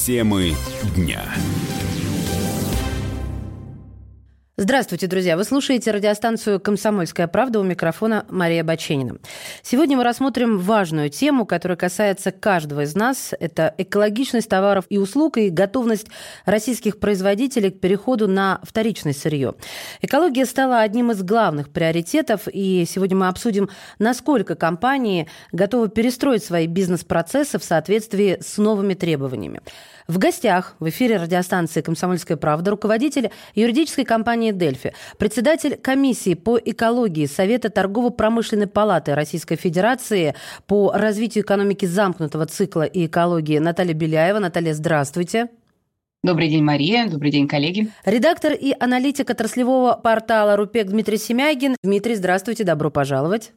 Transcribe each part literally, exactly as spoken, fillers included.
Темы дня. Здравствуйте, друзья! Вы слушаете радиостанцию «Комсомольская правда», у микрофона Мария Баченина. Сегодня мы рассмотрим важную тему, которая касается каждого из нас. Это экологичность товаров и услуг и готовность российских производителей к переходу на вторичное сырье. Экология стала одним из главных приоритетов, и сегодня мы обсудим, насколько компании готовы перестроить свои бизнес-процессы в соответствии с новыми требованиями. В гостях в эфире радиостанции «Комсомольская правда» руководитель юридической компании «Дельфи», председатель комиссии по экологии Совета торгово-промышленной палаты Российской Федерации по развитию экономики замкнутого цикла и экологии Наталья Беляева. Наталья, здравствуйте. Добрый день, Мария. Добрый день, коллеги. Редактор и аналитик отраслевого портала «Рупек» Дмитрий Семягин. Дмитрий, здравствуйте, добро пожаловать.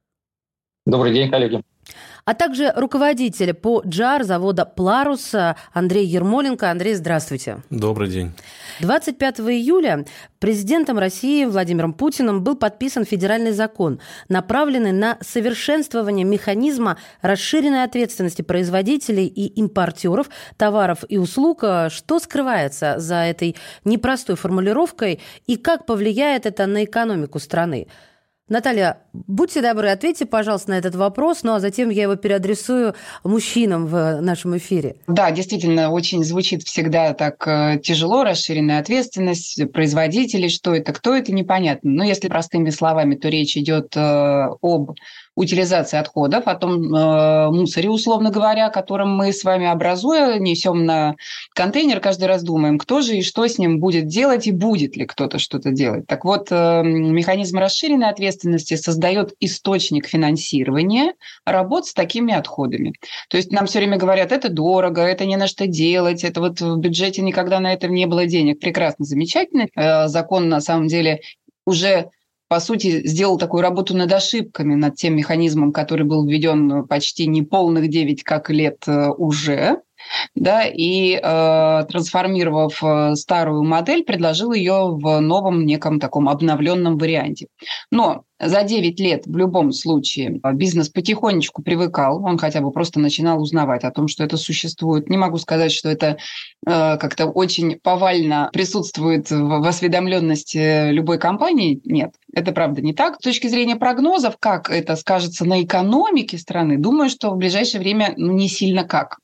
Добрый день, коллеги. А также руководитель по джи ар завода «Пларус» Андрей Ермоленко. Андрей, здравствуйте. Добрый день. двадцать пятого июля президентом России Владимиром Путиным был подписан федеральный закон, направленный на совершенствование механизма расширенной ответственности производителей и импортеров товаров и услуг. Что скрывается за этой непростой формулировкой и как повлияет это на экономику страны? Наталья, будьте добры, ответьте, пожалуйста, на этот вопрос, ну а затем я его переадресую мужчинам в нашем эфире. Да, действительно, очень звучит всегда так э, тяжело, расширенная ответственность производителей, что это, кто это, непонятно. Но если простыми словами, то речь идет э, об утилизации отходов, о том э, мусоре, условно говоря, которым мы с вами, образуя, несем на контейнер, каждый раз думаем, кто же и что с ним будет делать, и будет ли кто-то что-то делать. Так вот, э, механизм расширенной ответственности создает источник финансирования работ с такими отходами. То есть нам все время говорят, это дорого, это не на что делать, это вот в бюджете никогда на это не было денег. Прекрасно, замечательно. Э, закон, на самом деле, уже по сути, сделал такую работу над ошибками, над тем механизмом, который был введен почти неполных девять как лет уже, да, и э, трансформировав старую модель, предложил ее в новом неком таком обновленном варианте. Но за девять лет в любом случае бизнес потихонечку привыкал, он хотя бы просто начинал узнавать о том, что это существует. Не могу сказать, что это э, как-то очень повально присутствует в, в осведомленности любой компании. Нет, это правда не так. С точки зрения прогнозов, как это скажется на экономике страны, думаю, что в ближайшее время ну, не сильно как.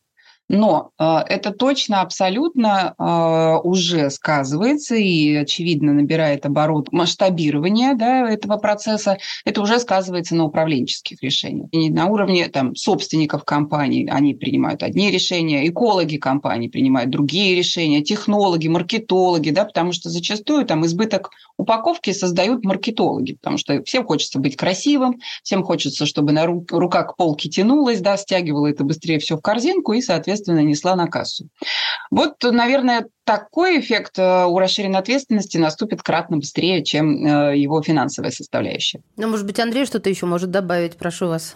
Но э, это точно, абсолютно э, уже сказывается и, очевидно, набирает оборот масштабирования, да, этого процесса. Это уже сказывается на управленческих решениях. И на уровне там, собственников компаний они принимают одни решения, экологи компаний принимают другие решения, технологи, маркетологи, да, потому что зачастую там, избыток упаковки создают маркетологи, потому что всем хочется быть красивым, всем хочется, чтобы на ру- рука к полке тянулась, да, стягивала это быстрее все в корзинку и, соответственно, нанесла на кассу. Вот, наверное, такой эффект у расширенной ответственности наступит кратно быстрее, чем его финансовая составляющая. Ну, может быть, Андрей что-то еще может добавить? Прошу вас.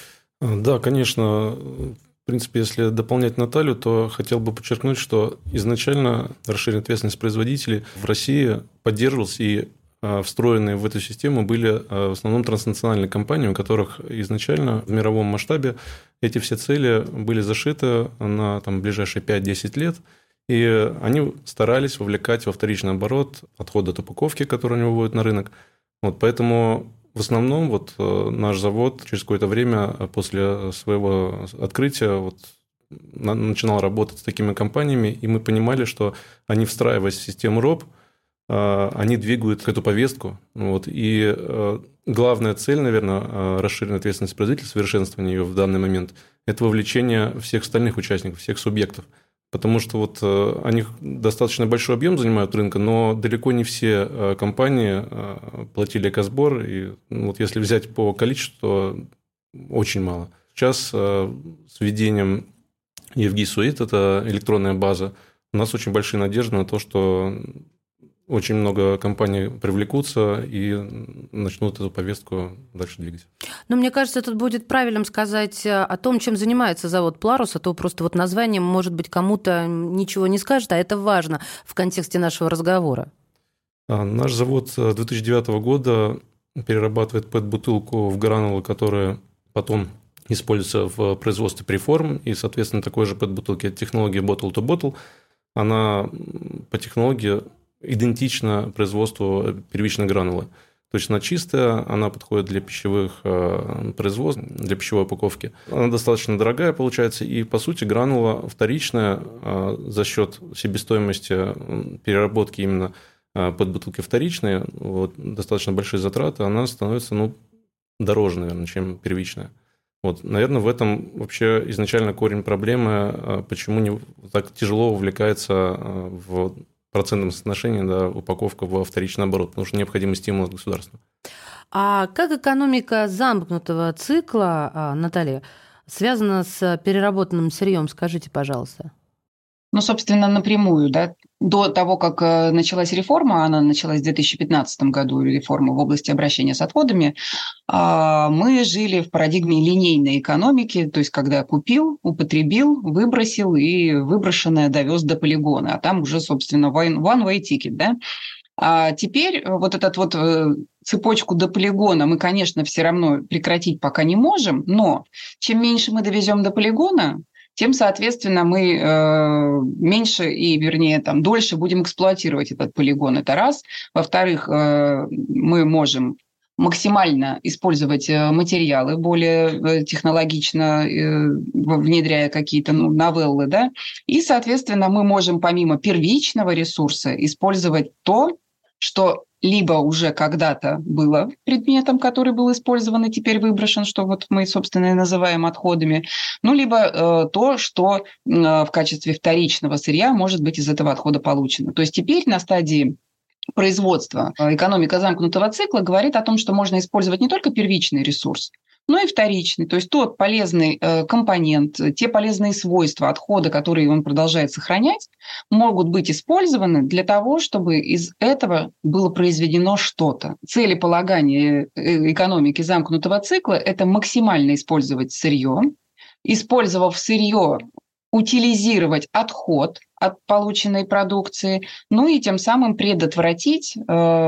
Да, конечно. В принципе, если дополнять Наталью, то хотел бы подчеркнуть, что изначально расширенная ответственность производителей в России поддерживалась, и встроенные в эту систему были в основном транснациональные компании, у которых изначально в мировом масштабе эти все цели были зашиты на там, ближайшие пять-десять лет, и они старались вовлекать во вторичный оборот отходы от упаковки, которые они выводят на рынок. Вот, поэтому в основном вот, наш завод через какое-то время после своего открытия вот, начинал работать с такими компаниями, и мы понимали, что они, встраиваясь в систему РОП, они двигают эту повестку. Вот, и главная цель, наверное, расширенной ответственности производителя, совершенствования ее в данный момент, это вовлечение всех остальных участников, всех субъектов. Потому что вот они достаточно большой объем занимают рынка, но далеко не все компании платили экосбор. И вот если взять по количеству, то очень мало. Сейчас с введением и эф джи Suite, это электронная база, у нас очень большие надежды на то, что очень много компаний привлекутся и начнут эту повестку дальше двигать. Но мне кажется, тут будет правильным сказать о том, чем занимается завод «Пларус», а то просто вот названием, может быть, кому-то ничего не скажет, а это важно в контексте нашего разговора. Наш завод с две тысячи девятого года перерабатывает пэт-бутылку в гранулы, которые потом используется в производстве преформ, и, соответственно, такой же пэт-бутылки технология bottle-to-bottle, она по технологии идентична производству первичной гранулы. То есть она чистая, она подходит для пищевых производств, для пищевой упаковки. Она достаточно дорогая получается, и, по сути, гранула вторичная за счет себестоимости переработки именно под бутылки вторичные, вот, достаточно большие затраты, она становится ну, дороже, наверное, чем первичная. Вот, наверное, в этом вообще изначально корень проблемы, почему не так тяжело увлекается в процентном соотношении да, упаковка во вторичный оборот, потому что необходимый стимул от государства. А как экономика замкнутого цикла, Наталья, связана с переработанным сырьем? Скажите, пожалуйста. Ну, собственно, напрямую, да. До того, как началась реформа, она началась в две тысячи пятнадцатом году, реформа в области обращения с отходами, мы жили в парадигме линейной экономики, то есть когда купил, употребил, выбросил и выброшенное довез до полигона, а там уже, собственно, one-way ticket, да. А теперь вот эту вот цепочку до полигона мы, конечно, все равно прекратить пока не можем, но чем меньше мы довезем до полигона, тем, соответственно, мы э, меньше и, вернее, там, дольше будем эксплуатировать этот полигон. Это раз. Во-вторых, э, мы можем максимально использовать материалы, более технологично э, внедряя какие-то ну, новеллы, да. И, соответственно, мы можем помимо первичного ресурса использовать то, что либо уже когда-то было предметом, который был использован и теперь выброшен, что вот мы, собственно, и называем отходами, ну, либо э, то, что э, в качестве вторичного сырья может быть из этого отхода получено. То есть теперь на стадии производства экономика замкнутого цикла говорит о том, что можно использовать не только первичный ресурс, но и вторичный, то есть тот полезный э, компонент, те полезные свойства отхода, которые он продолжает сохранять, могут быть использованы для того, чтобы из этого было произведено что-то. Целеполагание экономики замкнутого цикла – это максимально использовать сырье, использовав сырье, утилизировать отход от полученной продукции, ну и тем самым предотвратить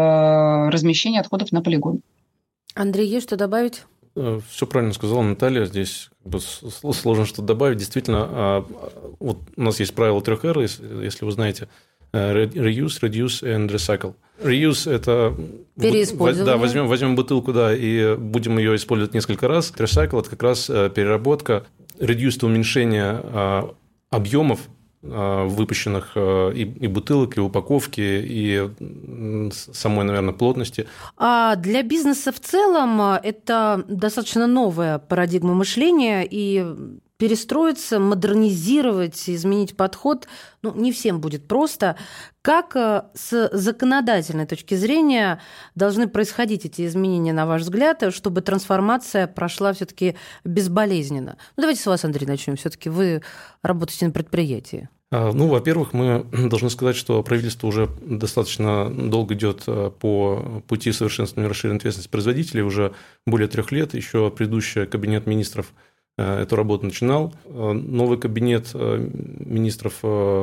э, размещение отходов на полигон. Андрей, есть что добавить? Все правильно сказала Наталья, здесь как бы сложно что-то добавить. Действительно, вот у нас есть правило трех эр, если вы знаете, reuse, reduce and recycle. Reuse – это… Переиспользование. Да, возьмем, возьмем бутылку, да, и будем ее использовать несколько раз. Recycle – это как раз переработка. Reduce – это уменьшение объемов выпущенных и, и бутылок, и упаковки, и самой, наверное, плотности. А для бизнеса в целом это достаточно новая парадигма мышления, и перестроиться, модернизировать, изменить подход, ну, не всем будет просто. Как с законодательной точки зрения должны происходить эти изменения, на ваш взгляд, чтобы трансформация прошла все-таки безболезненно? Ну, давайте с вас, Андрей, начнем. Все-таки вы работаете на предприятии. Ну, во-первых, мы должны сказать, что правительство уже достаточно долго идет по пути совершенствования расширенной ответственности производителей, уже более трех лет. Еще предыдущий кабинет министров эту работу начинал. Новый кабинет министров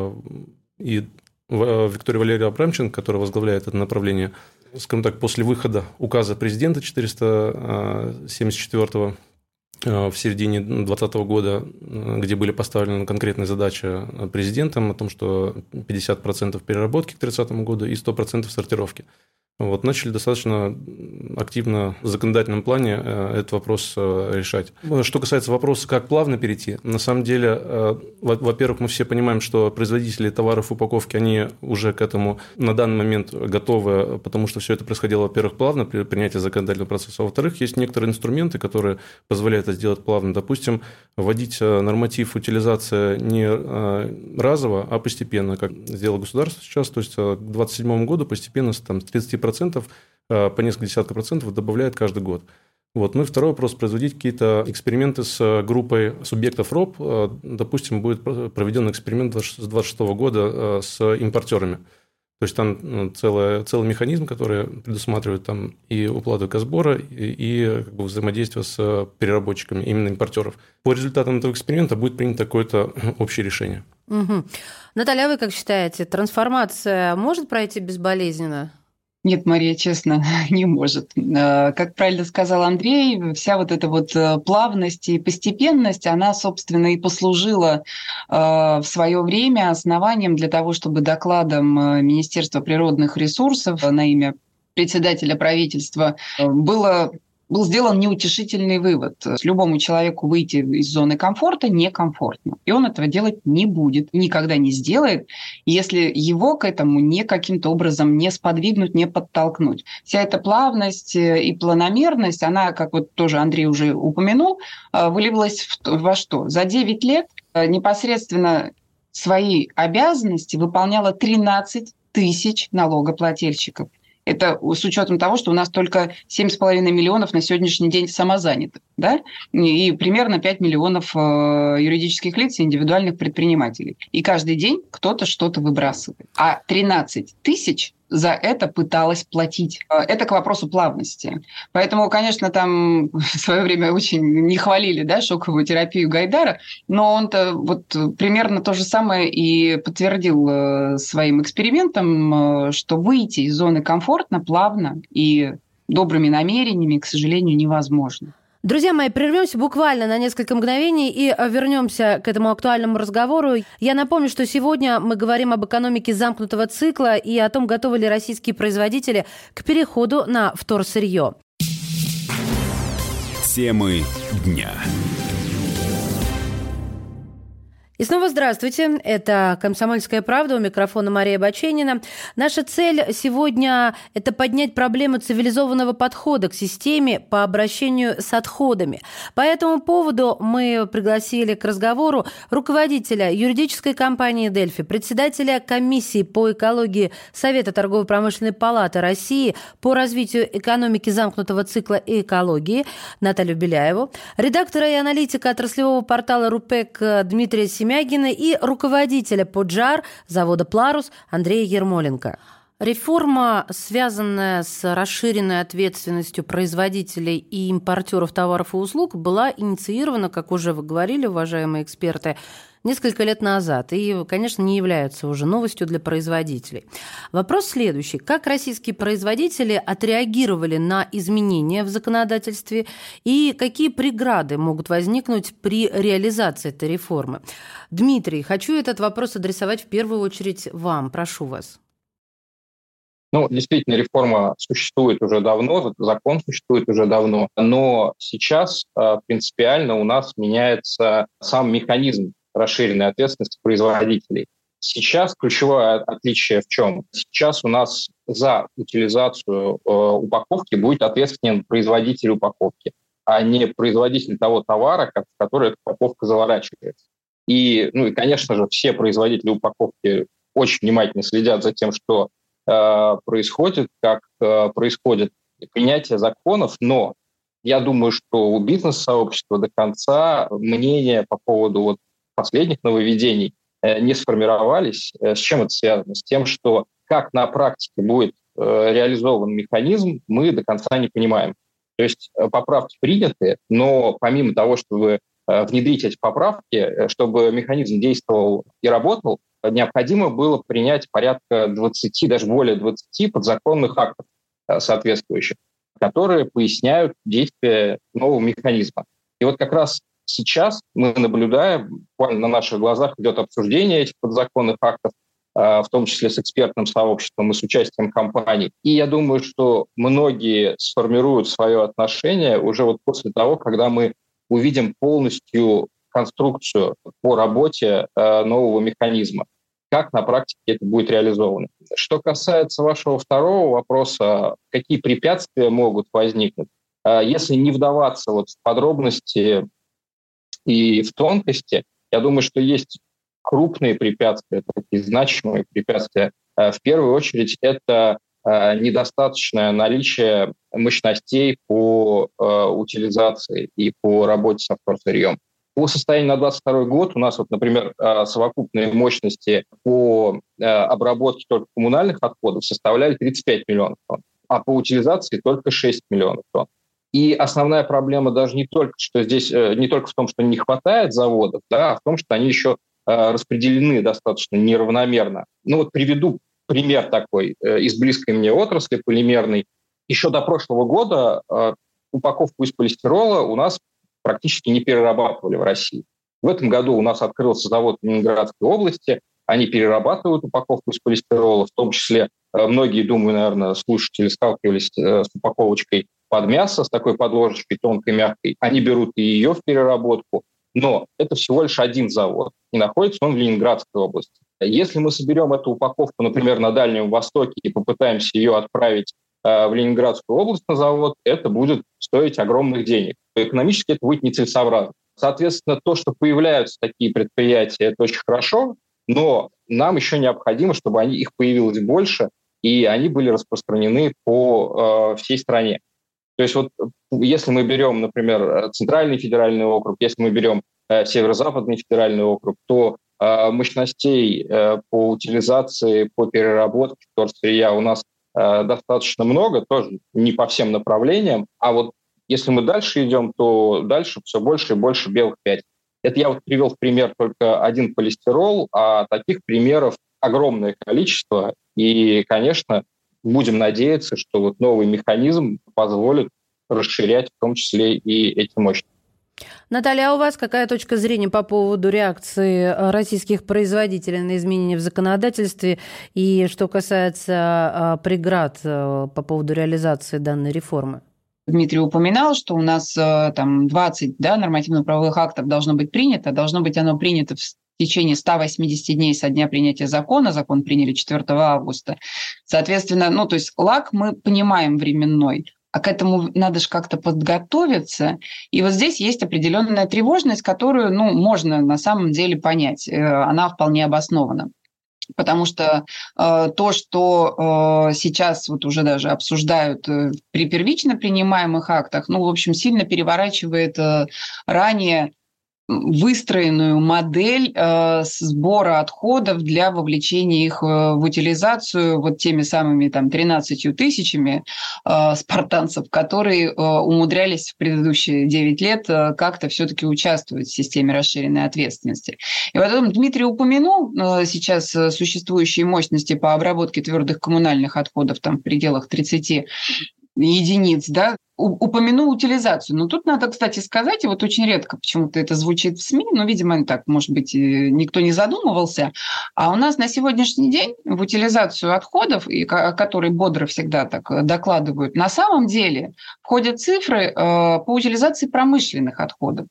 и Виктория Валерьевна Абрамченко, которая возглавляет это направление, скажем так, после выхода указа президента четыреста семьдесят четвёртого в середине две тысячи двадцатого года, где были поставлены конкретные задачи президентом о том, что пятьдесят процентов переработки к тридцатому году и сто процентов сортировки. Вот, начали достаточно активно в законодательном плане этот вопрос решать. Что касается вопроса, как плавно перейти, на самом деле, во-первых, мы все понимаем, что производители товаров упаковки, они уже к этому на данный момент готовы, потому что все это происходило, во-первых, плавно при принятии законодательного процесса, а во-вторых, есть некоторые инструменты, которые позволяют это сделать плавно. Допустим, вводить норматив утилизации не разово, а постепенно, как сделало государство сейчас, то есть к две тысячи двадцать седьмому году постепенно там, с тридцати процентов по несколько десятков процентов добавляет каждый год. Вот. Ну и второй вопрос – производить какие-то эксперименты с группой субъектов РОП. Допустим, будет проведен эксперимент с две тысячи двадцать шестого года с импортерами. То есть там целый, целый механизм, который предусматривает там и уплату экосбора, и, и как бы взаимодействие с переработчиками, именно импортеров. По результатам этого эксперимента будет принято какое-то общее решение. Угу. Наталья, а вы как считаете, трансформация может пройти безболезненно? Нет, Мария, честно, не может. Как правильно сказал Андрей, вся вот эта вот плавность и постепенность, она, собственно, и послужила в свое время основанием для того, чтобы докладом Министерства природных ресурсов на имя председателя правительства было... был сделан неутешительный вывод. Любому человеку выйти из зоны комфорта некомфортно. И он этого делать не будет, никогда не сделает, если его к этому не каким-то образом не сподвигнуть, не подтолкнуть. Вся эта плавность и планомерность, она, как вот тоже Андрей уже упомянул, выливалась в, во что? За девять лет непосредственно свои обязанности выполняло тринадцать тысяч налогоплательщиков. Это с учетом того, что у нас только семь с половиной миллионов на сегодняшний день самозанятых, да? И примерно пять миллионов юридических лиц и индивидуальных предпринимателей. И каждый день кто-то что-то выбрасывает. А тринадцать тысяч за это пыталась платить. Это к вопросу плавности. Поэтому, конечно, там в свое время очень не хвалили, да, шоковую терапию Гайдара, но он-то вот примерно то же самое и подтвердил своим экспериментом, что выйти из зоны комфортно, плавно и добрыми намерениями, к сожалению, невозможно. Друзья мои, прервемся буквально на несколько мгновений и вернемся к этому актуальному разговору. Я напомню, что сегодня мы говорим об экономике замкнутого цикла и о том, готовы ли российские производители к переходу на вторсырье. Темы дня. И снова здравствуйте. Это «Комсомольская правда», у микрофона Мария Баченина. Наша цель сегодня – это поднять проблему цивилизованного подхода к системе по обращению с отходами. По этому поводу мы пригласили к разговору руководителя юридической компании «Дельфи», председателя комиссии по экологии Совета торгово-промышленной палаты России по развитию экономики замкнутого цикла и экологии Наталью Беляеву, редактора и аналитика отраслевого портала «Рупек» Дмитрия Семенова, Семягина и руководителя Поджар завода «Пларус» Андрея Ермоленко. Реформа, связанная с расширенной ответственностью производителей и импортеров товаров и услуг, была инициирована, как уже вы говорили, уважаемые эксперты, несколько лет назад и, конечно, не является уже новостью для производителей. Вопрос следующий. Как российские производители отреагировали на изменения в законодательстве и какие преграды могут возникнуть при реализации этой реформы? Дмитрий, хочу этот вопрос адресовать в первую очередь вам. Прошу вас. Ну, действительно, реформа существует уже давно, закон существует уже давно, но сейчас принципиально у нас меняется сам механизм расширенной ответственности производителей. Сейчас ключевое отличие в чем? Сейчас у нас за утилизацию э, упаковки будет ответственен производитель упаковки, а не производитель того товара, в который эта упаковка заворачивается. И, ну, и, конечно же, все производители упаковки очень внимательно следят за тем, что э, происходит, как э, происходит принятие законов, но я думаю, что у бизнес-сообщества до конца мнение по поводу вот последних нововведений не сформировались. С чем это связано? С тем, что как на практике будет реализован механизм, мы до конца не понимаем. То есть поправки приняты, но помимо того, чтобы внедрить эти поправки, чтобы механизм действовал и работал, необходимо было принять порядка двадцати, даже более двадцати подзаконных актов соответствующих, которые поясняют действие нового механизма. И вот как раз сейчас мы наблюдаем, буквально на наших глазах идет обсуждение этих подзаконных актов, в том числе с экспертным сообществом и с участием компаний. И я думаю, что многие сформируют свое отношение уже вот после того, когда мы увидим полностью конструкцию по работе нового механизма, как на практике это будет реализовано. Что касается вашего второго вопроса, какие препятствия могут возникнуть, если не вдаваться вот в подробности и в тонкости, я думаю, что есть крупные препятствия, такие значимые препятствия. В первую очередь это недостаточное наличие мощностей по утилизации и по работе со вторсырьем. По состоянию на двадцать второй год у нас, вот, например, совокупные мощности по обработке только коммунальных отходов составляли тридцать пять миллионов тонн, а по утилизации только шесть миллионов тонн. И основная проблема даже не только, что здесь, не только в том, что не хватает заводов, да, а в том, что они еще распределены достаточно неравномерно. Ну вот приведу пример такой из близкой мне отрасли полимерной. Еще до прошлого года упаковку из полистирола у нас практически не перерабатывали в России. В этом году у нас открылся завод в Ленинградской области. Они перерабатывают упаковку из полистирола, в том числе многие, думаю, наверное, слушатели сталкивались с упаковочкой под мясо, с такой подложечкой тонкой, мягкой. Они берут и ее в переработку. Но это всего лишь один завод, и находится он в Ленинградской области. Если мы соберем эту упаковку, например, на Дальнем Востоке и попытаемся ее отправить э, в Ленинградскую область на завод, это будет стоить огромных денег. Экономически это будет нецелесообразно. Соответственно, то, что появляются такие предприятия, это очень хорошо, но нам еще необходимо, чтобы они, их появилось больше, и они были распространены по э, всей стране. То есть вот если мы берем, например, Центральный федеральный округ, если мы берем э, Северо-Западный федеральный округ, то э, мощностей э, по утилизации, по переработке вторсырья у нас э, достаточно много, тоже не по всем направлениям. А вот если мы дальше идем, то дальше все больше и больше белых пятен. Это я вот привел в пример только один полистирол, а таких примеров огромное количество. И, конечно, будем надеяться, что вот новый механизм позволит расширять в том числе и эти мощности. Наталья, а у вас какая точка зрения по поводу реакции российских производителей на изменения в законодательстве и что касается преград по поводу реализации данной реформы? Дмитрий упоминал, что у нас там двадцать да, нормативно-правовых актов должно быть принято. Должно быть оно принято в течение ста восьмидесяти дней со дня принятия закона. Закон приняли четвёртого августа. Соответственно, ну, то есть лаг мы понимаем временной, а к этому надо же как-то подготовиться. И вот здесь есть определенная тревожность, которую, ну, можно на самом деле понять. Она вполне обоснована. Потому что э, то, что э, сейчас вот уже даже обсуждают э, при первично принимаемых актах, ну, в общем, сильно переворачивает э, ранее выстроенную модель э, сбора отходов для вовлечения их э, в утилизацию вот теми самыми там тринадцатью тысячами э, спартанцев, которые э, умудрялись в предыдущие девять лет э, как-то все-таки участвовать в системе расширенной ответственности. И потом Дмитрий упомянул э, сейчас существующие мощности по обработке твердых коммунальных отходов там в пределах тридцати единиц, да, упомянул утилизацию. Но тут надо, кстати, сказать, и вот очень редко почему-то это звучит в СМИ, но, видимо, так, может быть, никто не задумывался, а у нас на сегодняшний день в утилизацию отходов, и, о которой бодро всегда так докладывают, на самом деле входят цифры э, по утилизации промышленных отходов.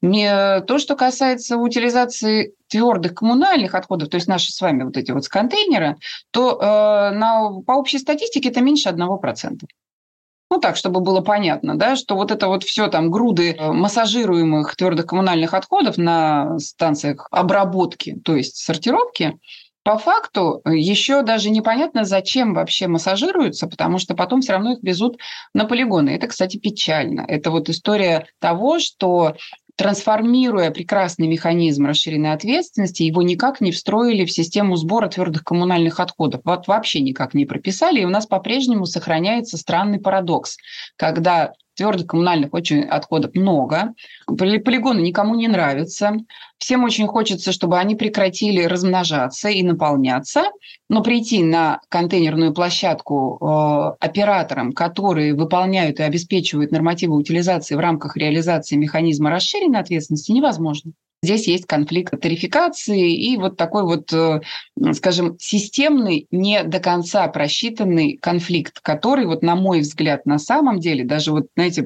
Не то, что касается утилизации твердых коммунальных отходов, то есть наши с вами вот эти вот с контейнера, то э, на, по общей статистике это меньше одного процента. Ну так, чтобы было понятно, да, что вот это вот все там груды массажируемых твердых коммунальных отходов на станциях обработки, то есть сортировки, по факту еще даже непонятно, зачем вообще массажируются, потому что потом все равно их везут на полигоны. Это, кстати, печально. Это вот история того, что трансформируя прекрасный механизм расширенной ответственности, его никак не встроили в систему сбора твердых коммунальных отходов. Вот вообще никак не прописали, и у нас по-прежнему сохраняется странный парадокс, когда твердых коммунальных очень отходов много, полигоны никому не нравятся, всем очень хочется, чтобы они прекратили размножаться и наполняться, но прийти на контейнерную площадку э, операторам, которые выполняют и обеспечивают нормативы утилизации в рамках реализации механизма расширенной ответственности, невозможно. Здесь есть конфликт тарификации и вот такой вот, скажем, системный, не до конца просчитанный конфликт, который, вот, на мой взгляд, на самом деле даже, вот, знаете,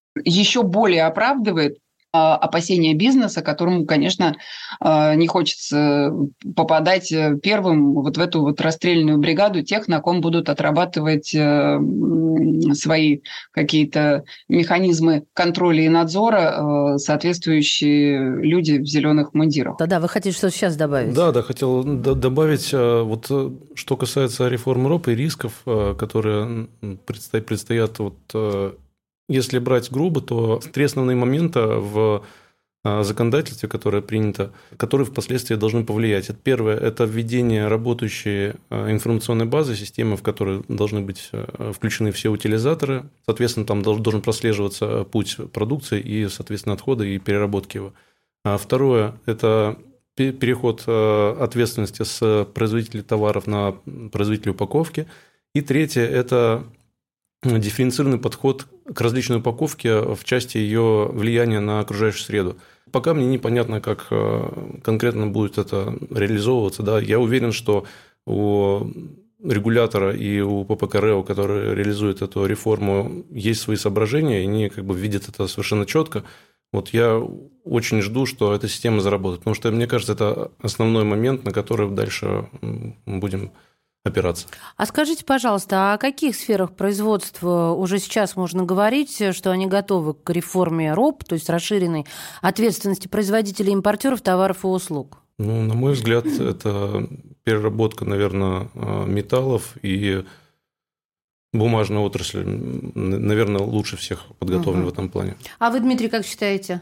еще более оправдывает опасения бизнеса, которому, конечно, не хочется попадать первым вот в эту вот расстрельную бригаду тех, на ком будут отрабатывать свои какие-то механизмы контроля и надзора соответствующие люди в зеленых мундирах. Да-да, вы хотите что-то сейчас добавить? Да, да, хотел добавить, вот что касается реформы РОП и рисков, которые предстоят вот. Если брать грубо, то три основные момента в законодательстве, которое принято, которые впоследствии должны повлиять. Первое – это введение работающей информационной базы, системы, в которой должны быть включены все утилизаторы. Соответственно, там должен прослеживаться путь продукции и, соответственно, отхода и переработки его. Второе – это переход ответственности с производителей товаров на производителей упаковки. И третье – это дифференцированный подход к различной упаковке в части ее влияния на окружающую среду. Пока мне непонятно, как конкретно будет это реализовываться. Да. Я уверен, что у регулятора и у ППКРЭО, который реализует эту реформу, есть свои соображения, и они как бы видят это совершенно четко. Вот я очень жду, что эта система заработает, потому что, мне кажется, это основной момент, на который дальше будем опираться. А скажите, пожалуйста, о каких сферах производства уже сейчас можно говорить, что они готовы к реформе РОП, то есть расширенной ответственности производителей и импортеров товаров и услуг? Ну, на мой взгляд, это переработка, наверное, металлов и бумажная отрасль, наверное, лучше всех подготовлена угу. в этом плане. А вы, Дмитрий, как считаете?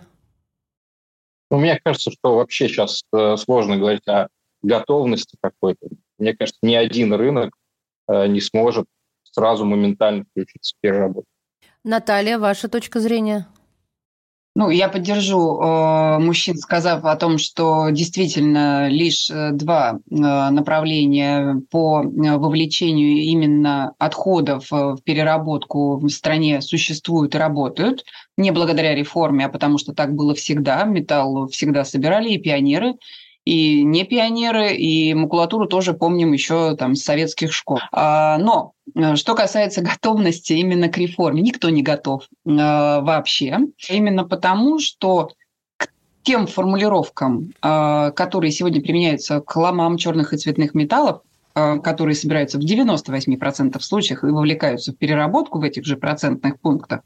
Ну, мне кажется, что вообще сейчас сложно говорить о готовности какой-то. Мне кажется, ни один рынок не сможет сразу моментально включиться в переработку. Наталья, ваша точка зрения? Ну, я поддержу э, мужчин, сказав о том, что действительно лишь два э, направления по вовлечению именно отходов в переработку в стране существуют и работают. Не благодаря реформе, а потому что так было всегда. Металл всегда собирали и пионеры, и не пионеры, и макулатуру тоже помним еще там с советских школ. А, но что касается готовности именно к реформе, никто не готов а, вообще. Именно потому, что к тем формулировкам, а, которые сегодня применяются к ломам черных и цветных металлов, а, которые собираются в девяноста восьми процентах случаев и вовлекаются в переработку в этих же процентных пунктах,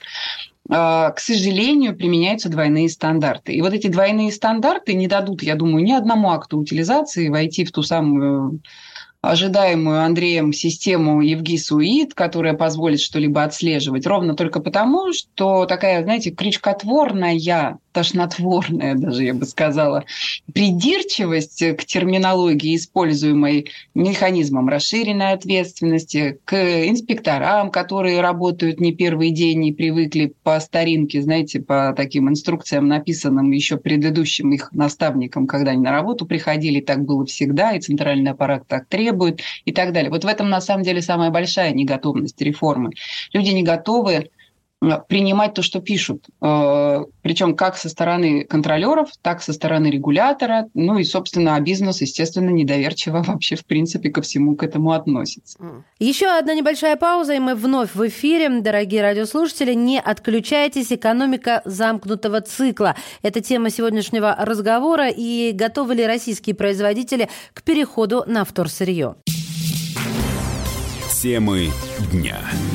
к сожалению, применяются двойные стандарты. И вот эти двойные стандарты не дадут, я думаю, ни одному акту утилизации войти в ту самую ожидаемую Андреем систему ЕвГИС-УИД, которая позволит что-либо отслеживать, ровно только потому, что такая, знаете, крючкотворная, тошнотворная даже, я бы сказала, придирчивость к терминологии, используемой механизмом расширенной ответственности, к инспекторам, которые работают не первый день и привыкли по старинке, знаете, по таким инструкциям, написанным еще предыдущим их наставникам, когда они на работу приходили, так было всегда, и центральный аппарат так требует, и так далее. Вот в этом, на самом деле, самая большая неготовность реформы. Люди не готовы принимать то, что пишут. Причем как со стороны контролеров, так со стороны регулятора. Ну и, собственно, бизнес, естественно, недоверчиво вообще, в принципе, ко всему к этому относится. Еще одна небольшая пауза, и мы вновь в эфире. Дорогие радиослушатели, не отключайтесь. Экономика замкнутого цикла. Это тема сегодняшнего разговора. И готовы ли российские производители к переходу на вторсырье? Темы дня.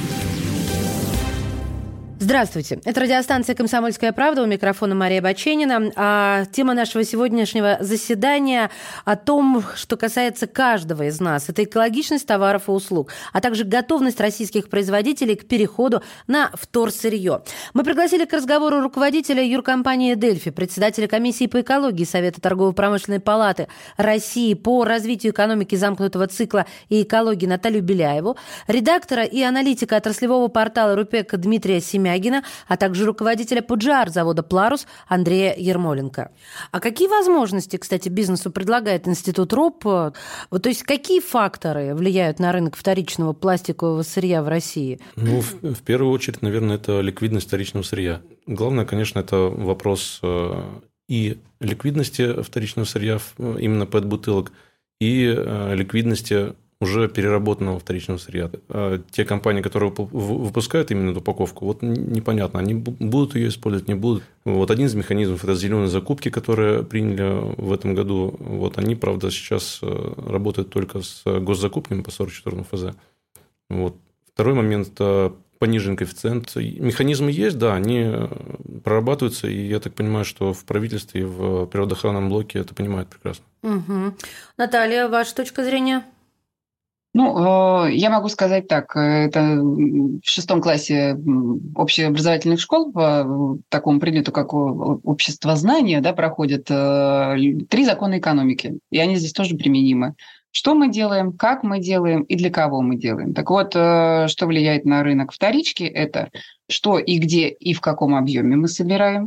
Здравствуйте. Это радиостанция «Комсомольская правда». У микрофона Мария Баченина. А тема нашего сегодняшнего заседания о том, что касается каждого из нас. Это экологичность товаров и услуг, а также готовность российских производителей к переходу на вторсырье. Мы пригласили к разговору руководителя юркомпании «Дельфи», председателя комиссии по экологии Совета торгово-промышленной палаты России по развитию экономики замкнутого цикла и экологии Наталью Беляеву, редактора и аналитика отраслевого портала «Рупек» Дмитрия Семягина, а также руководителя Пуджар завода «Пларус» Андрея Ермоленко. А какие возможности, кстати, бизнесу предлагает Институт РОП? Вот, то есть какие факторы влияют на рынок вторичного пластикового сырья в России? Ну, в, в первую очередь, наверное, это ликвидность вторичного сырья. Главное, конечно, это вопрос и ликвидности вторичного сырья, именно пэт-бутылок, и ликвидности уже переработанного вторичного сырья. Те компании, которые выпускают именно эту упаковку, вот непонятно, они будут ее использовать, не будут. Вот один из механизмов – это зеленые закупки, которые приняли в этом году. Вот они, правда, сейчас работают только с госзакупками по сорок четвёртому эф зэ. Вот. Второй момент – пониженный коэффициент. Механизмы есть, да, они прорабатываются, и я так понимаю, что в правительстве и в природоохранном блоке это понимают прекрасно. Угу. Наталья, ваша точка зрения? Ну, я могу сказать так, это в шестом классе общеобразовательных школ по такому предмету, как обществознание, да, проходят три закона экономики, и они здесь тоже применимы. Что мы делаем, как мы делаем и для кого мы делаем. Так вот, что влияет на рынок вторички, это что и где и в каком объеме мы собираем,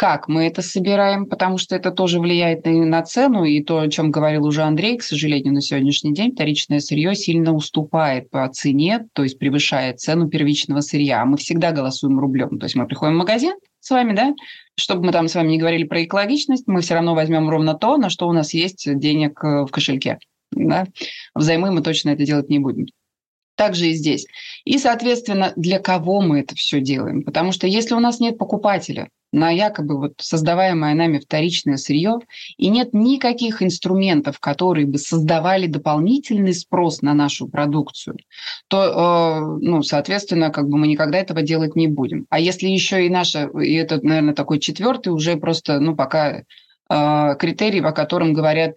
как мы это собираем, потому что это тоже влияет и на цену, и то, о чем говорил уже Андрей, к сожалению, на сегодняшний день вторичное сырье сильно уступает по цене, то есть превышает цену первичного сырья. Мы всегда голосуем рублем, то есть мы приходим в магазин с вами, да, чтобы мы там с вами не говорили про экологичность, мы все равно возьмем ровно то, на что у нас есть денег в кошельке. Да? Взаймы мы точно это делать не будем. Также и здесь. И, соответственно, для кого мы это все делаем? Потому что если у нас нет покупателя на якобы вот создаваемое нами вторичное сырье, и нет никаких инструментов, которые бы создавали дополнительный спрос на нашу продукцию, то, э, ну, соответственно, как бы мы никогда этого делать не будем. А если еще и наша, и это, наверное, такой четвертый уже просто, ну, пока критерий, о котором говорят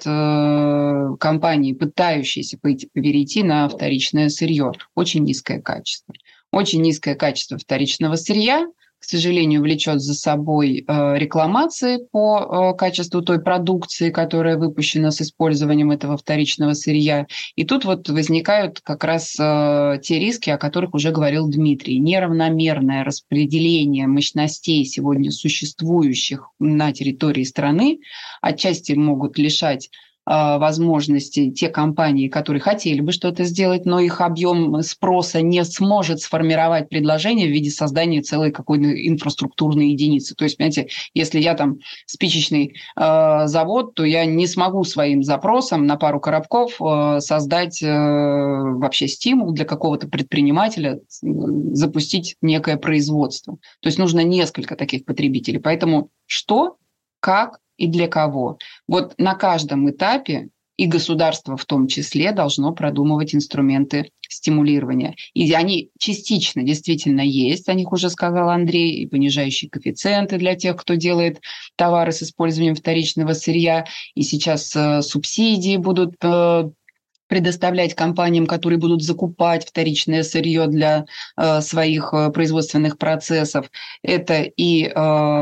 э, компании, пытающиеся перейти на вторичное сырье. Очень низкое качество. Очень низкое качество вторичного сырья, к сожалению, влечет за собой э, рекламации по э, качеству той продукции, которая выпущена с использованием этого вторичного сырья. И тут вот возникают как раз э, те риски, о которых уже говорил Дмитрий. Неравномерное распределение мощностей сегодня существующих на территории страны отчасти могут лишать возможности те компании, которые хотели бы что-то сделать, но их объем спроса не сможет сформировать предложение в виде создания целой какой-то инфраструктурной единицы. То есть, понимаете, если я там спичечный э, завод, то я не смогу своим запросом на пару коробков э, создать э, вообще стимул для какого-то предпринимателя запустить некое производство. То есть нужно несколько таких потребителей. Поэтому что, как и для кого. Вот на каждом этапе и государство в том числе должно продумывать инструменты стимулирования. И они частично действительно есть, о них уже сказал Андрей, и понижающие коэффициенты для тех, кто делает товары с использованием вторичного сырья, и сейчас э, субсидии будут э, предоставлять компаниям, которые будут закупать вторичное сырье для э, своих э, производственных процессов. Это и э,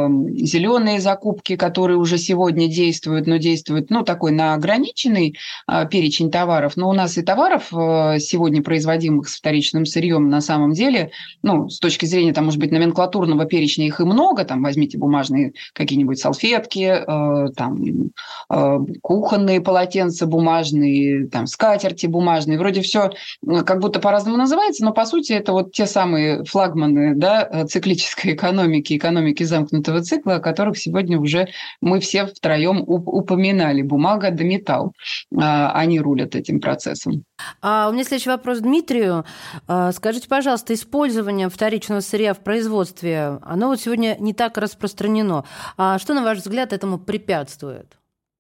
зеленые закупки, которые уже сегодня действуют, но действуют, ну, такой на ограниченный э, перечень товаров. Но у нас и товаров э, сегодня, производимых с вторичным сырьем, на самом деле, ну, с точки зрения, там, может быть, номенклатурного перечня их и много. Там возьмите бумажные какие-нибудь салфетки, э, там, э, кухонные полотенца бумажные, там, скатерти, скатерти бумажные, вроде все как будто по-разному называется, но по сути это вот те самые флагманы, да, циклической экономики, экономики замкнутого цикла, о которых сегодня уже мы все втроем упоминали. Бумага да металл. Они рулят этим процессом. А у меня следующий вопрос к Дмитрию. Скажите, пожалуйста, использование вторичного сырья в производстве, оно вот сегодня не так распространено. А что, на ваш взгляд, этому препятствует?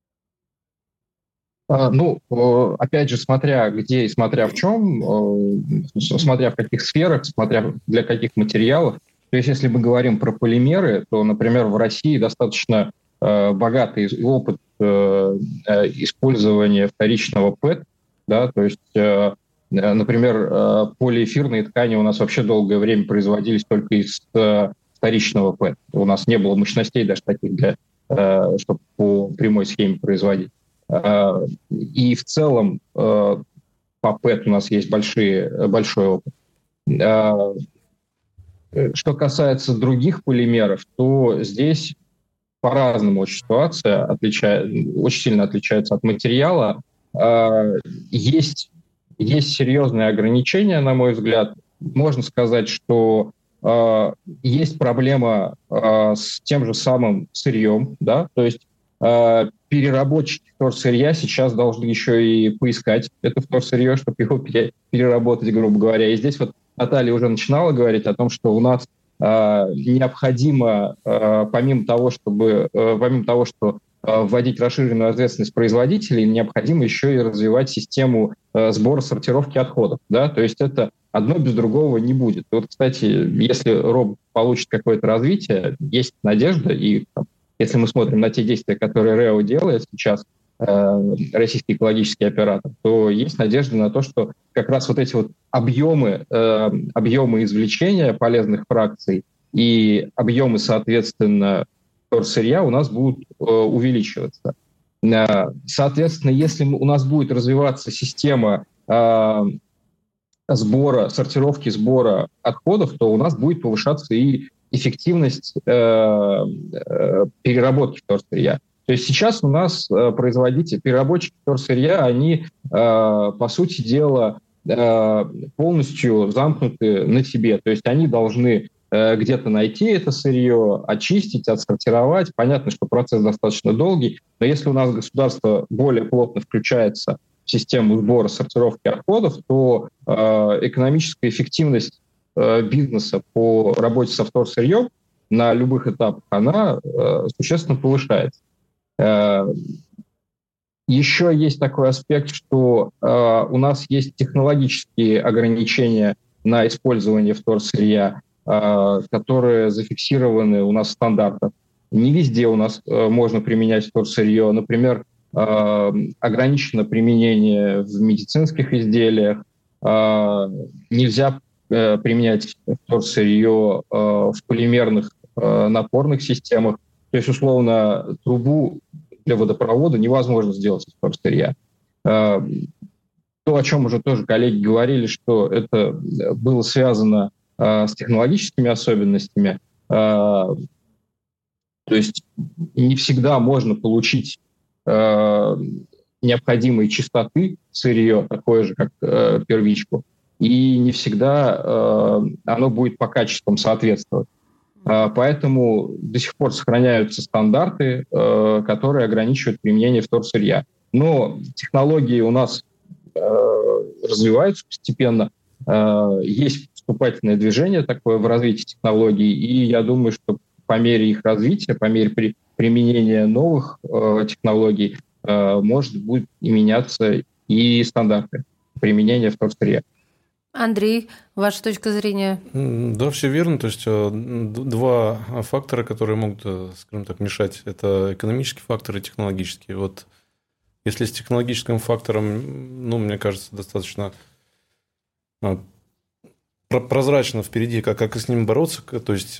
Ну, опять же, смотря где и смотря в чем, смотря в каких сферах, смотря для каких материалов. То есть, если мы говорим про полимеры, то, например, в России достаточно богатый опыт использования вторичного ПЭТ, да, то есть, например, полиэфирные ткани у нас вообще долгое время производились только из вторичного ПЭТ. У нас не было мощностей даже таких, для, чтобы по прямой схеме производить. И в целом по ПЭТ у нас есть большие, большой опыт. Что касается других полимеров, то здесь по-разному очень ситуация отличает, очень сильно отличается от материала. Есть, есть серьезные ограничения, на мой взгляд. Можно сказать, что есть проблема с тем же самым сырьем, да, то есть переработчики вторсырья сейчас должны еще и поискать это вторсырье, чтобы его переработать, грубо говоря. И здесь вот Наталья уже начинала говорить о том, что у нас э, необходимо, э, помимо того, чтобы, э, помимо того, что э, вводить расширенную ответственность производителей, необходимо еще и развивать систему э, сбора, сортировки отходов. Да? То есть это одно без другого не будет. И вот, кстати, если робот получит какое-то развитие, есть надежда, и если мы смотрим на те действия, которые РЭО делает сейчас, э, российский экологический оператор, то есть надежда на то, что как раз вот эти вот объемы, э, объемы извлечения полезных фракций и объемы, соответственно, вторсырья у нас будут э, увеличиваться. Э, соответственно, если у нас будет развиваться система э, сбора, сортировки, сбора отходов, то у нас будет повышаться и эффективность э, э, переработки вторсырья. То есть сейчас у нас э, производители, переработчики вторсырья, они, э, по сути дела, э, полностью замкнуты на себе. То есть они должны э, где-то найти это сырье, очистить, отсортировать. Понятно, что процесс достаточно долгий, но если у нас государство более плотно включается в систему сбора, сортировки отходов, то э, экономическая эффективность э, бизнеса по работе со вторсырьем на любых этапах, она э, существенно повышается. Еще есть такой аспект, что э, у нас есть технологические ограничения на использование вторсырья, э, которые зафиксированы у нас в стандартах. Не везде у нас э, можно применять вторсырье. Например, э, ограничено применение в медицинских изделиях, э, нельзя э, применять вторсырье э, в полимерных э, напорных системах. То есть, условно, трубу для водопровода невозможно сделать из вторсырья. То, о чем уже тоже коллеги говорили, что это было связано с технологическими особенностями. То есть не всегда можно получить необходимой чистоты сырье, такое же, как первичку, и не всегда оно будет по качествам соответствовать. Поэтому до сих пор сохраняются стандарты, которые ограничивают применение вторсырья. Но технологии у нас развиваются постепенно. Есть поступательное движение такое в развитии технологий, и я думаю, что по мере их развития, по мере при, применения новых технологий, может будет и меняться и стандарты применения вторсырья. Андрей, ваша точка зрения? Да, все верно. То есть два фактора, которые могут, скажем так, мешать, это экономический фактор и технологический. Вот если с технологическим фактором, ну, мне кажется, достаточно прозрачно впереди, как, как с ним бороться. То есть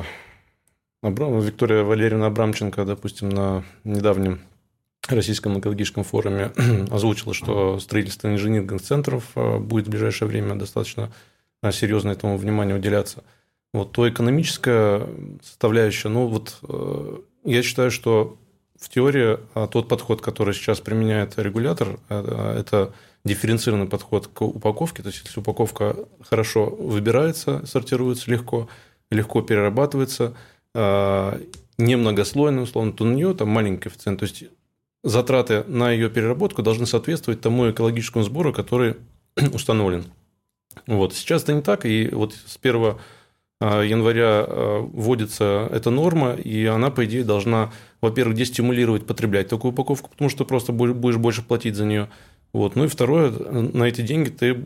Виктория Валерьевна Абрамченко, допустим, на недавнем Российском экологическом форуме озвучила, что строительство инжиниринговых центров будет в ближайшее время достаточно серьезно этому вниманию уделяться. Вот, то экономическая составляющая, ну вот я считаю, что в теории тот подход, который сейчас применяет регулятор, это дифференцированный подход к упаковке. То есть если упаковка хорошо выбирается, сортируется легко, легко перерабатывается, немногослойная, условно, то у нее там маленький коэффициент. То есть затраты на ее переработку должны соответствовать тому экологическому сбору, который установлен. Вот. Сейчас это не так, и вот с первого января вводится эта норма, и она, по идее, должна, во-первых, дестимулировать потреблять такую упаковку, потому что просто будешь больше платить за нее. Вот. Ну и второе, на эти деньги ты,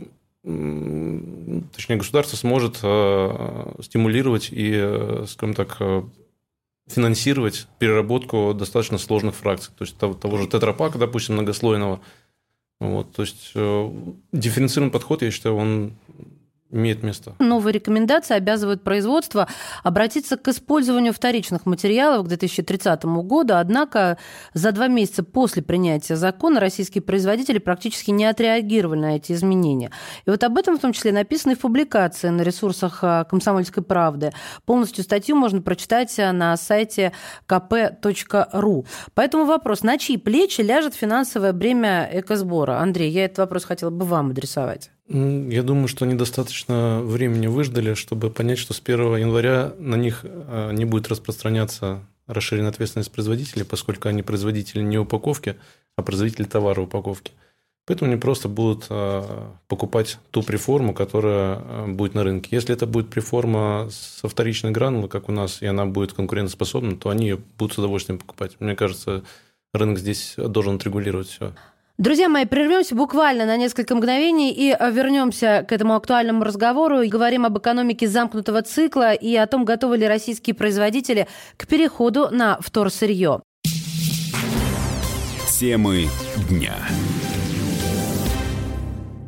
точнее, государство сможет стимулировать и, скажем так, финансировать переработку достаточно сложных фракций, то есть того, того же тетрапака, допустим, многослойного. Вот, то есть э, дифференцированный подход, я считаю, он имеет место. Новые рекомендации обязывают производство обратиться к использованию вторичных материалов к две тысячи тридцатому году, однако за два месяца после принятия закона российские производители практически не отреагировали на эти изменения. И вот об этом в том числе написано и в публикации на ресурсах «Комсомольской правды». Полностью статью можно прочитать на сайте ка пэ точка ру. Поэтому вопрос, на чьи плечи ляжет финансовое бремя экосбора? Андрей, я этот вопрос хотела бы вам адресовать. Я думаю, что они достаточно времени выждали, чтобы понять, что с первого января на них не будет распространяться расширенная ответственность производителей, поскольку они производители не упаковки, а производители товара упаковки. Поэтому они просто будут покупать ту преформу, которая будет на рынке. Если это будет преформа со вторичной гранулы, как у нас, и она будет конкурентоспособна, то они ее будут с удовольствием покупать. Мне кажется, рынок здесь должен отрегулировать все. Друзья мои, прервемся буквально на несколько мгновений и вернемся к этому актуальному разговору. И говорим об экономике замкнутого цикла и о том, готовы ли российские производители к переходу на вторсырье. Темы дня.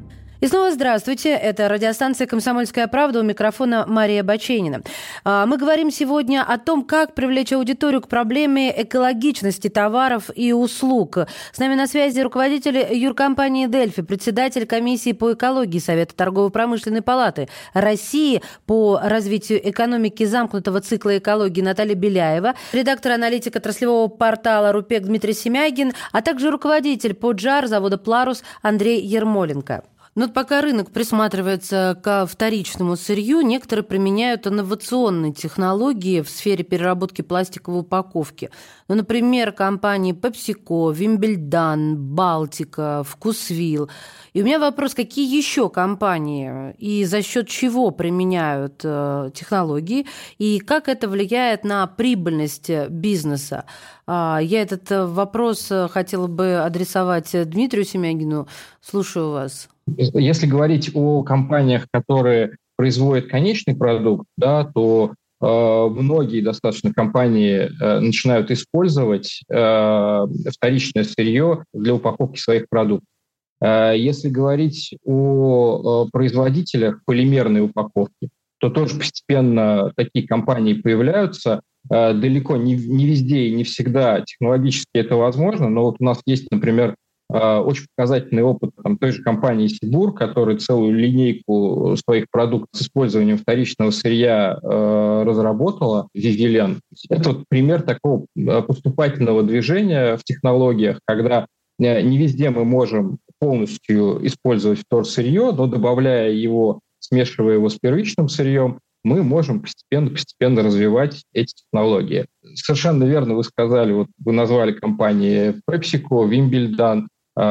И снова здравствуйте. Это радиостанция «Комсомольская правда», у микрофона Мария Баченина. Мы говорим сегодня о том, как привлечь аудиторию к проблеме экологичности товаров и услуг. С нами на связи руководитель юркомпании «Дельфи», председатель комиссии по экологии Совета торгово-промышленной палаты России по развитию экономики замкнутого цикла экологии Наталья Беляева, редактор-аналитик отраслевого портала «Рупек» Дмитрий Семягин, а также руководитель по джар завода «Пларус» Андрей Ермоленко. Но пока рынок присматривается ко вторичному сырью, некоторые применяют инновационные технологии в сфере переработки пластиковой упаковки. Ну, например, компании PepsiCo, Вимбельдан, Балтика, Вкусвилл. И у меня вопрос, какие еще компании и за счет чего применяют э, технологии, и как это влияет на прибыльность бизнеса? А, я этот вопрос хотела бы адресовать Дмитрию Семягину. Слушаю вас. Если говорить о компаниях, которые производят конечный продукт, да, то э, многие достаточно компании э, начинают использовать э, вторичное сырье для упаковки своих продуктов. Э, если говорить о, о производителях полимерной упаковки, то тоже постепенно такие компании появляются. Э, далеко не, не везде и не всегда технологически это возможно, но вот у нас есть, например, очень показательный опыт там, той же компании «Сибур», которая целую линейку своих продуктов с использованием вторичного сырья э, разработала, Вивилен. Это вот пример такого поступательного движения в технологиях, когда не везде мы можем полностью использовать вторсырье, но добавляя его, смешивая его с первичным сырьем, мы можем постепенно-постепенно развивать эти технологии. Совершенно верно вы сказали, вот вы назвали компании PepsiCo, Вимбельдан,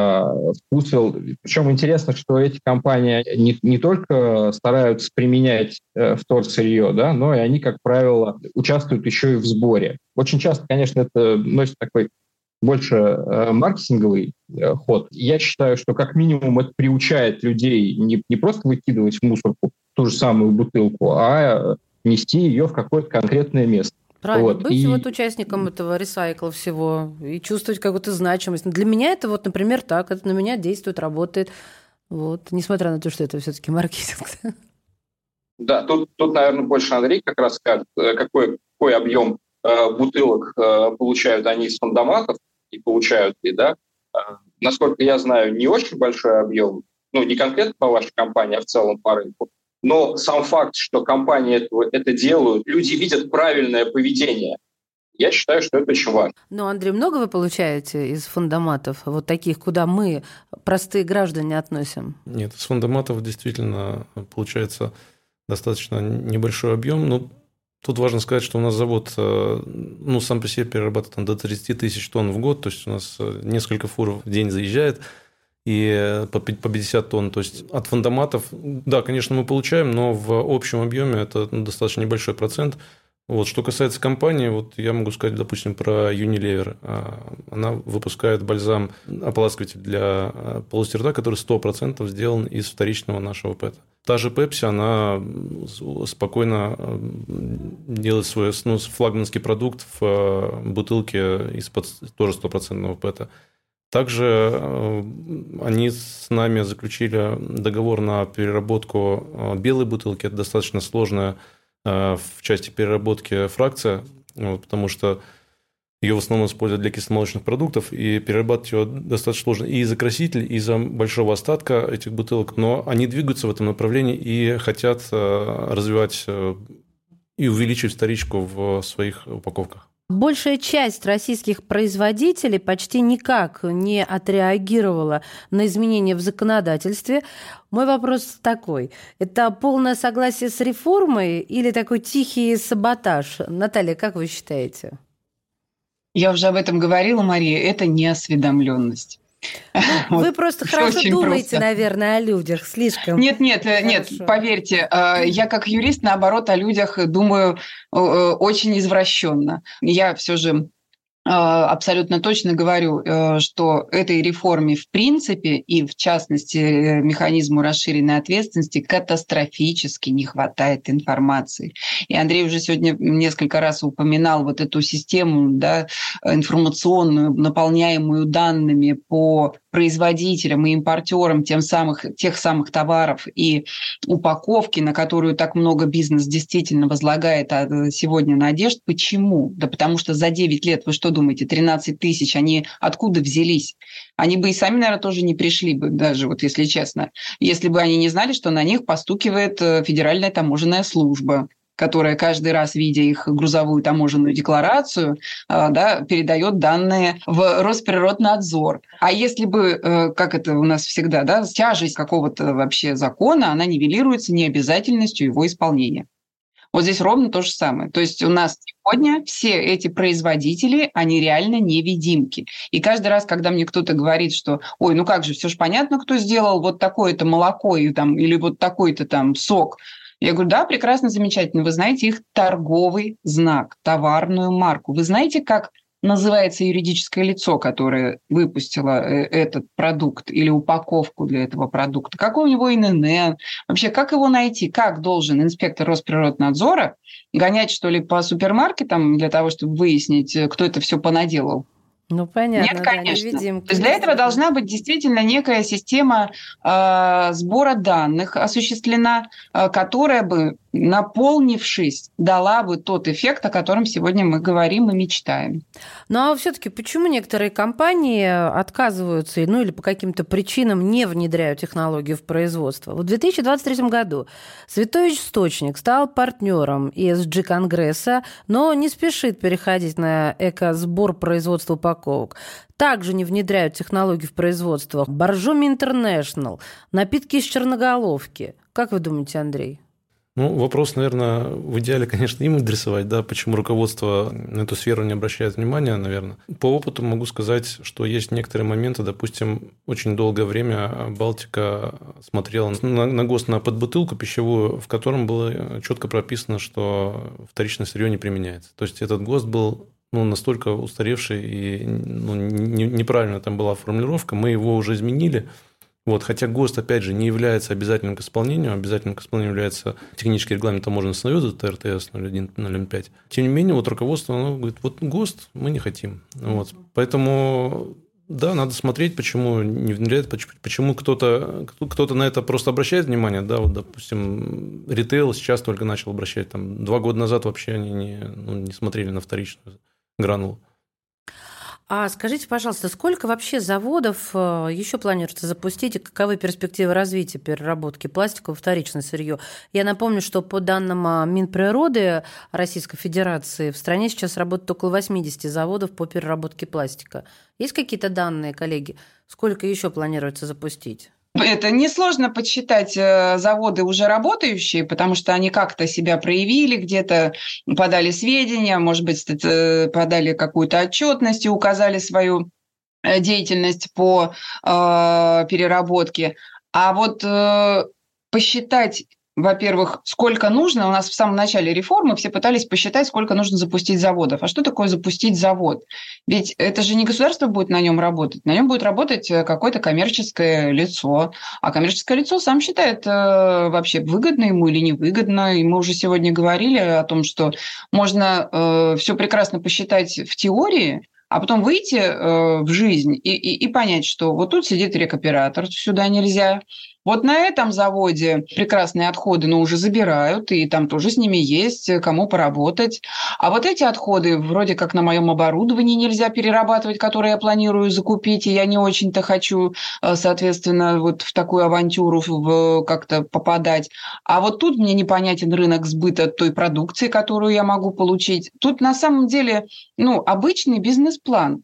Вкусвилл. Причем интересно, что эти компании не, не только стараются применять э, вторсырье, да, но и они, как правило, участвуют еще и в сборе. Очень часто, конечно, это носит такой больше э, маркетинговый э, ход. Я считаю, что как минимум это приучает людей не, не просто выкидывать в мусорку ту же самую бутылку, а нести ее в какое-то конкретное место. Правильно, вот. быть и... вот участником этого ресайкла всего и чувствовать какую-то значимость. Для меня это вот, например, так, это на меня действует, работает, вот, несмотря на то, что это все-таки маркетинг. Да, тут, тут, наверное, больше Андрей как раз скажет, какой, какой объем э, бутылок э, получают они из фондоматов и получают ли, да. Э, насколько я знаю, не очень большой объем, ну, не конкретно по вашей компании, а в целом по рынку. Но сам факт, что компании это, это делают, люди видят правильное поведение. Я считаю, что это очень важно. Ну, Андрей, много вы получаете из фондоматов, вот таких, куда мы, простые граждане, относим? Нет, из фондоматов действительно получается достаточно небольшой объем. Но тут важно сказать, что у нас завод, ну, сам по себе перерабатывает там, до тридцать тысяч тонн в год, то есть у нас несколько фур в день заезжает. И по пятьдесят тонн. То есть от фондоматов, да, конечно, мы получаем, но в общем объеме это достаточно небольшой процент. Вот. Что касается компании, вот я могу сказать, допустим, про Unilever. Она выпускает бальзам, ополаскиватель для полости рта, который сто процентов сделан из вторичного нашего пэта. Та же Pepsi, она спокойно делает свой, ну, флагманский продукт в бутылке из-под тоже стопроцентного пэта. Также они с нами заключили договор на переработку белой бутылки. Это достаточно сложная в части переработки фракция, потому что ее в основном используют для кисломолочных продуктов, и перерабатывать ее достаточно сложно и из-за красителей, и из-за большого остатка этих бутылок. Но они двигаются в этом направлении и хотят развивать и увеличивать вторичку в своих упаковках. Большая часть российских производителей почти никак не отреагировала на изменения в законодательстве. Мой вопрос такой. Это полное согласие с реформой или такой тихий саботаж? Наталья, как вы считаете? Я уже об этом говорила, Мария. Это неосведомленность. Ну, вы просто хорошо думаете, просто. наверное, о людях, слишком. Нет, нет, хорошо. нет, поверьте, я как юрист, наоборот, о людях думаю очень извращенно. Я все же абсолютно точно говорю, что этой реформе в принципе и в частности механизму расширенной ответственности катастрофически не хватает информации. И Андрей уже сегодня несколько раз упоминал вот эту систему, да, информационную, наполняемую данными по производителям и импортерам тем самых, тех самых товаров и упаковки, на которую так много бизнес действительно возлагает сегодня надежд. Почему? Да потому что за девять лет, вы что думаете, тринадцать тысяч, они откуда взялись? Они бы и сами, наверное, тоже не пришли бы, даже вот если честно, если бы они не знали, что на них постукивает Федеральная таможенная служба, которая каждый раз, видя их грузовую таможенную декларацию, да, передает данные в Росприроднадзор. А если бы, как это у нас всегда, да, тяжесть какого-то вообще закона, она нивелируется необязательностью его исполнения. Вот здесь ровно то же самое. То есть у нас сегодня все эти производители, они реально невидимки. И каждый раз, когда мне кто-то говорит, что ой, ну как же, все же понятно, кто сделал вот такое-то молоко и, там, или вот такой-то там сок. Я говорю, да, прекрасно, замечательно. Вы знаете их торговый знак, товарную марку. Вы знаете, как называется юридическое лицо, которое выпустило этот продукт или упаковку для этого продукта? Какой у него эн эн эн? Вообще, как его найти? Как должен инспектор Росприроднадзора гонять, что ли, по супермаркетам для того, чтобы выяснить, кто это все понаделал? Ну, понятно. Нет, конечно. Да, невидимки. То есть для этого должна быть действительно некая система э, сбора данных осуществлена, э, которая бы, наполнившись, дала бы тот эффект, о котором сегодня мы говорим и мечтаем. Ну, а все-таки почему некоторые компании отказываются, ну, или по каким-то причинам не внедряют технологию в производство? Вот в две тысячи двадцать третьем году Святой Источник стал партнером и эс джи-конгресса, но не спешит переходить на экосбор производства упаковок. Также не внедряют технологии в производствах Боржоми Интернешнл, напитки из черноголовки. Как вы думаете, Андрей? Ну, вопрос, наверное, в идеале, конечно, им адресовать, да, почему руководство на эту сферу не обращает внимания, наверное. По опыту могу сказать, что есть некоторые моменты, допустим, очень долгое время Балтика смотрела на, на ГОСТ на подбутылку пищевую, в котором было четко прописано, что вторичное сырье не применяется. То есть этот ГОСТ был ну, настолько устаревший и ну, не, неправильно там была формулировка, мы его уже изменили. Вот, хотя ГОСТ, опять же, не является обязательным к исполнению, обязательным к исполнению является технический регламент таможенного союза тэ эр тэ эс ноль один ноль пять. Тем не менее, вот руководство оно говорит, вот ГОСТ мы не хотим. Вот. Поэтому, да, надо смотреть, почему не внедряют, почему кто-то, кто-то на это просто обращает внимание. Да, вот, допустим, ритейл сейчас только начал обращать. Там, два года назад вообще они не, ну, не смотрели на вторичную гранулу. А скажите, пожалуйста, сколько вообще заводов еще планируется запустить и каковы перспективы развития переработки пластика во вторичное сырье? Я напомню, что по данным Минприроды Российской Федерации в стране сейчас работает около восемьдесят заводов по переработке пластика. Есть какие-то данные, коллеги? Сколько еще планируется запустить? Это несложно подсчитать заводы уже работающие, потому что они как-то себя проявили, где-то подали сведения, может быть, подали какую-то отчетность и указали свою деятельность по э, переработке. А вот э, посчитать, во-первых, сколько нужно, у нас в самом начале реформы все пытались посчитать, сколько нужно запустить заводов. А что такое запустить завод? Ведь это же не государство будет на нем работать, на нем будет работать какое-то коммерческое лицо. А коммерческое лицо сам считает, вообще выгодно ему или невыгодно. И мы уже сегодня говорили о том, что можно все прекрасно посчитать в теории, а потом выйти в жизнь и, и, и понять, что вот тут сидит рекоператор, сюда нельзя. Вот на этом заводе прекрасные отходы, но уже забирают, и там тоже с ними есть кому поработать. А вот эти отходы вроде как на моем оборудовании нельзя перерабатывать, которое я планирую закупить, и я не очень-то хочу, соответственно, вот в такую авантюру в, как-то попадать. А вот тут мне непонятен рынок сбыта той продукции, которую я могу получить. Тут на самом деле ну, обычный бизнес-план.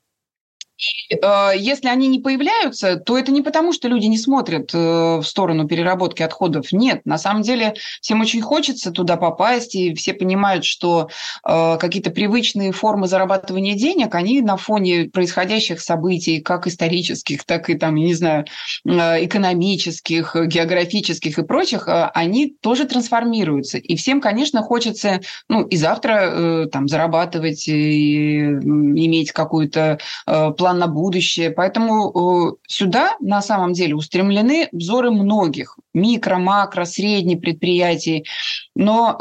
И, э, если они не появляются, то это не потому, что люди не смотрят э, в сторону переработки отходов. Нет, на самом деле всем очень хочется туда попасть, и все понимают, что э, какие-то привычные формы зарабатывания денег, они на фоне происходящих событий, как исторических, так и, там, я не знаю, э, экономических, географических и прочих, э, они тоже трансформируются. И всем, конечно, хочется ну, и завтра э, там, зарабатывать, и иметь какую-то э, план на будущее. Поэтому э, сюда на самом деле устремлены взоры многих микро, макро, средних предприятий. Но э,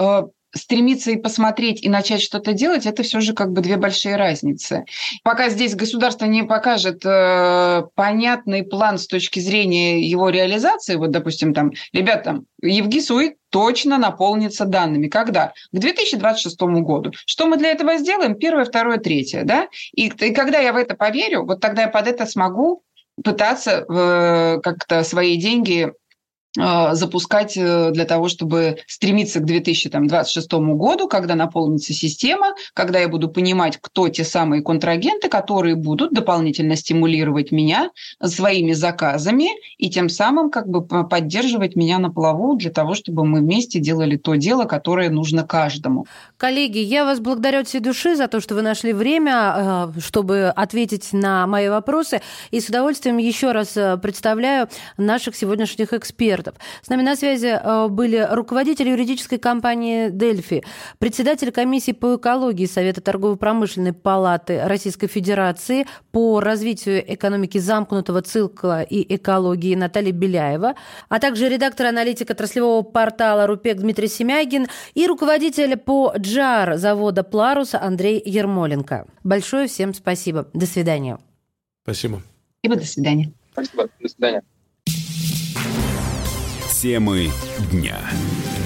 стремиться и посмотреть, и начать что-то делать, это все же как бы две большие разницы. Пока здесь государство не покажет э, понятный план с точки зрения его реализации, вот, допустим, там, ребята, ЕвГИС-УИ точно наполнится данными. Когда? К две тысячи двадцать шестому году. Что мы для этого сделаем? Первое, второе, третье. Да? И, и когда я в это поверю, вот тогда я под это смогу пытаться э, как-то свои деньги запускать для того, чтобы стремиться к две тысячи двадцать шестому году, когда наполнится система, когда я буду понимать, кто те самые контрагенты, которые будут дополнительно стимулировать меня своими заказами и тем самым как бы поддерживать меня на плаву для того, чтобы мы вместе делали то дело, которое нужно каждому. Коллеги, я вас благодарю от всей души за то, что вы нашли время, чтобы ответить на мои вопросы, и с удовольствием еще раз представляю наших сегодняшних экспертов. С нами на связи были руководитель юридической компании «Дельфи», председатель комиссии по экологии Совета торгово-промышленной палаты Российской Федерации по развитию экономики замкнутого цикла и экологии Наталья Беляева, а также редактор-аналитик отраслевого портала «Рупек» Дмитрий Семягин и руководитель по джар завода «Пларус» Андрей Ермоленко. Большое всем спасибо. До свидания. Спасибо. Спасибо, до свидания. Спасибо, до свидания. Темы дня.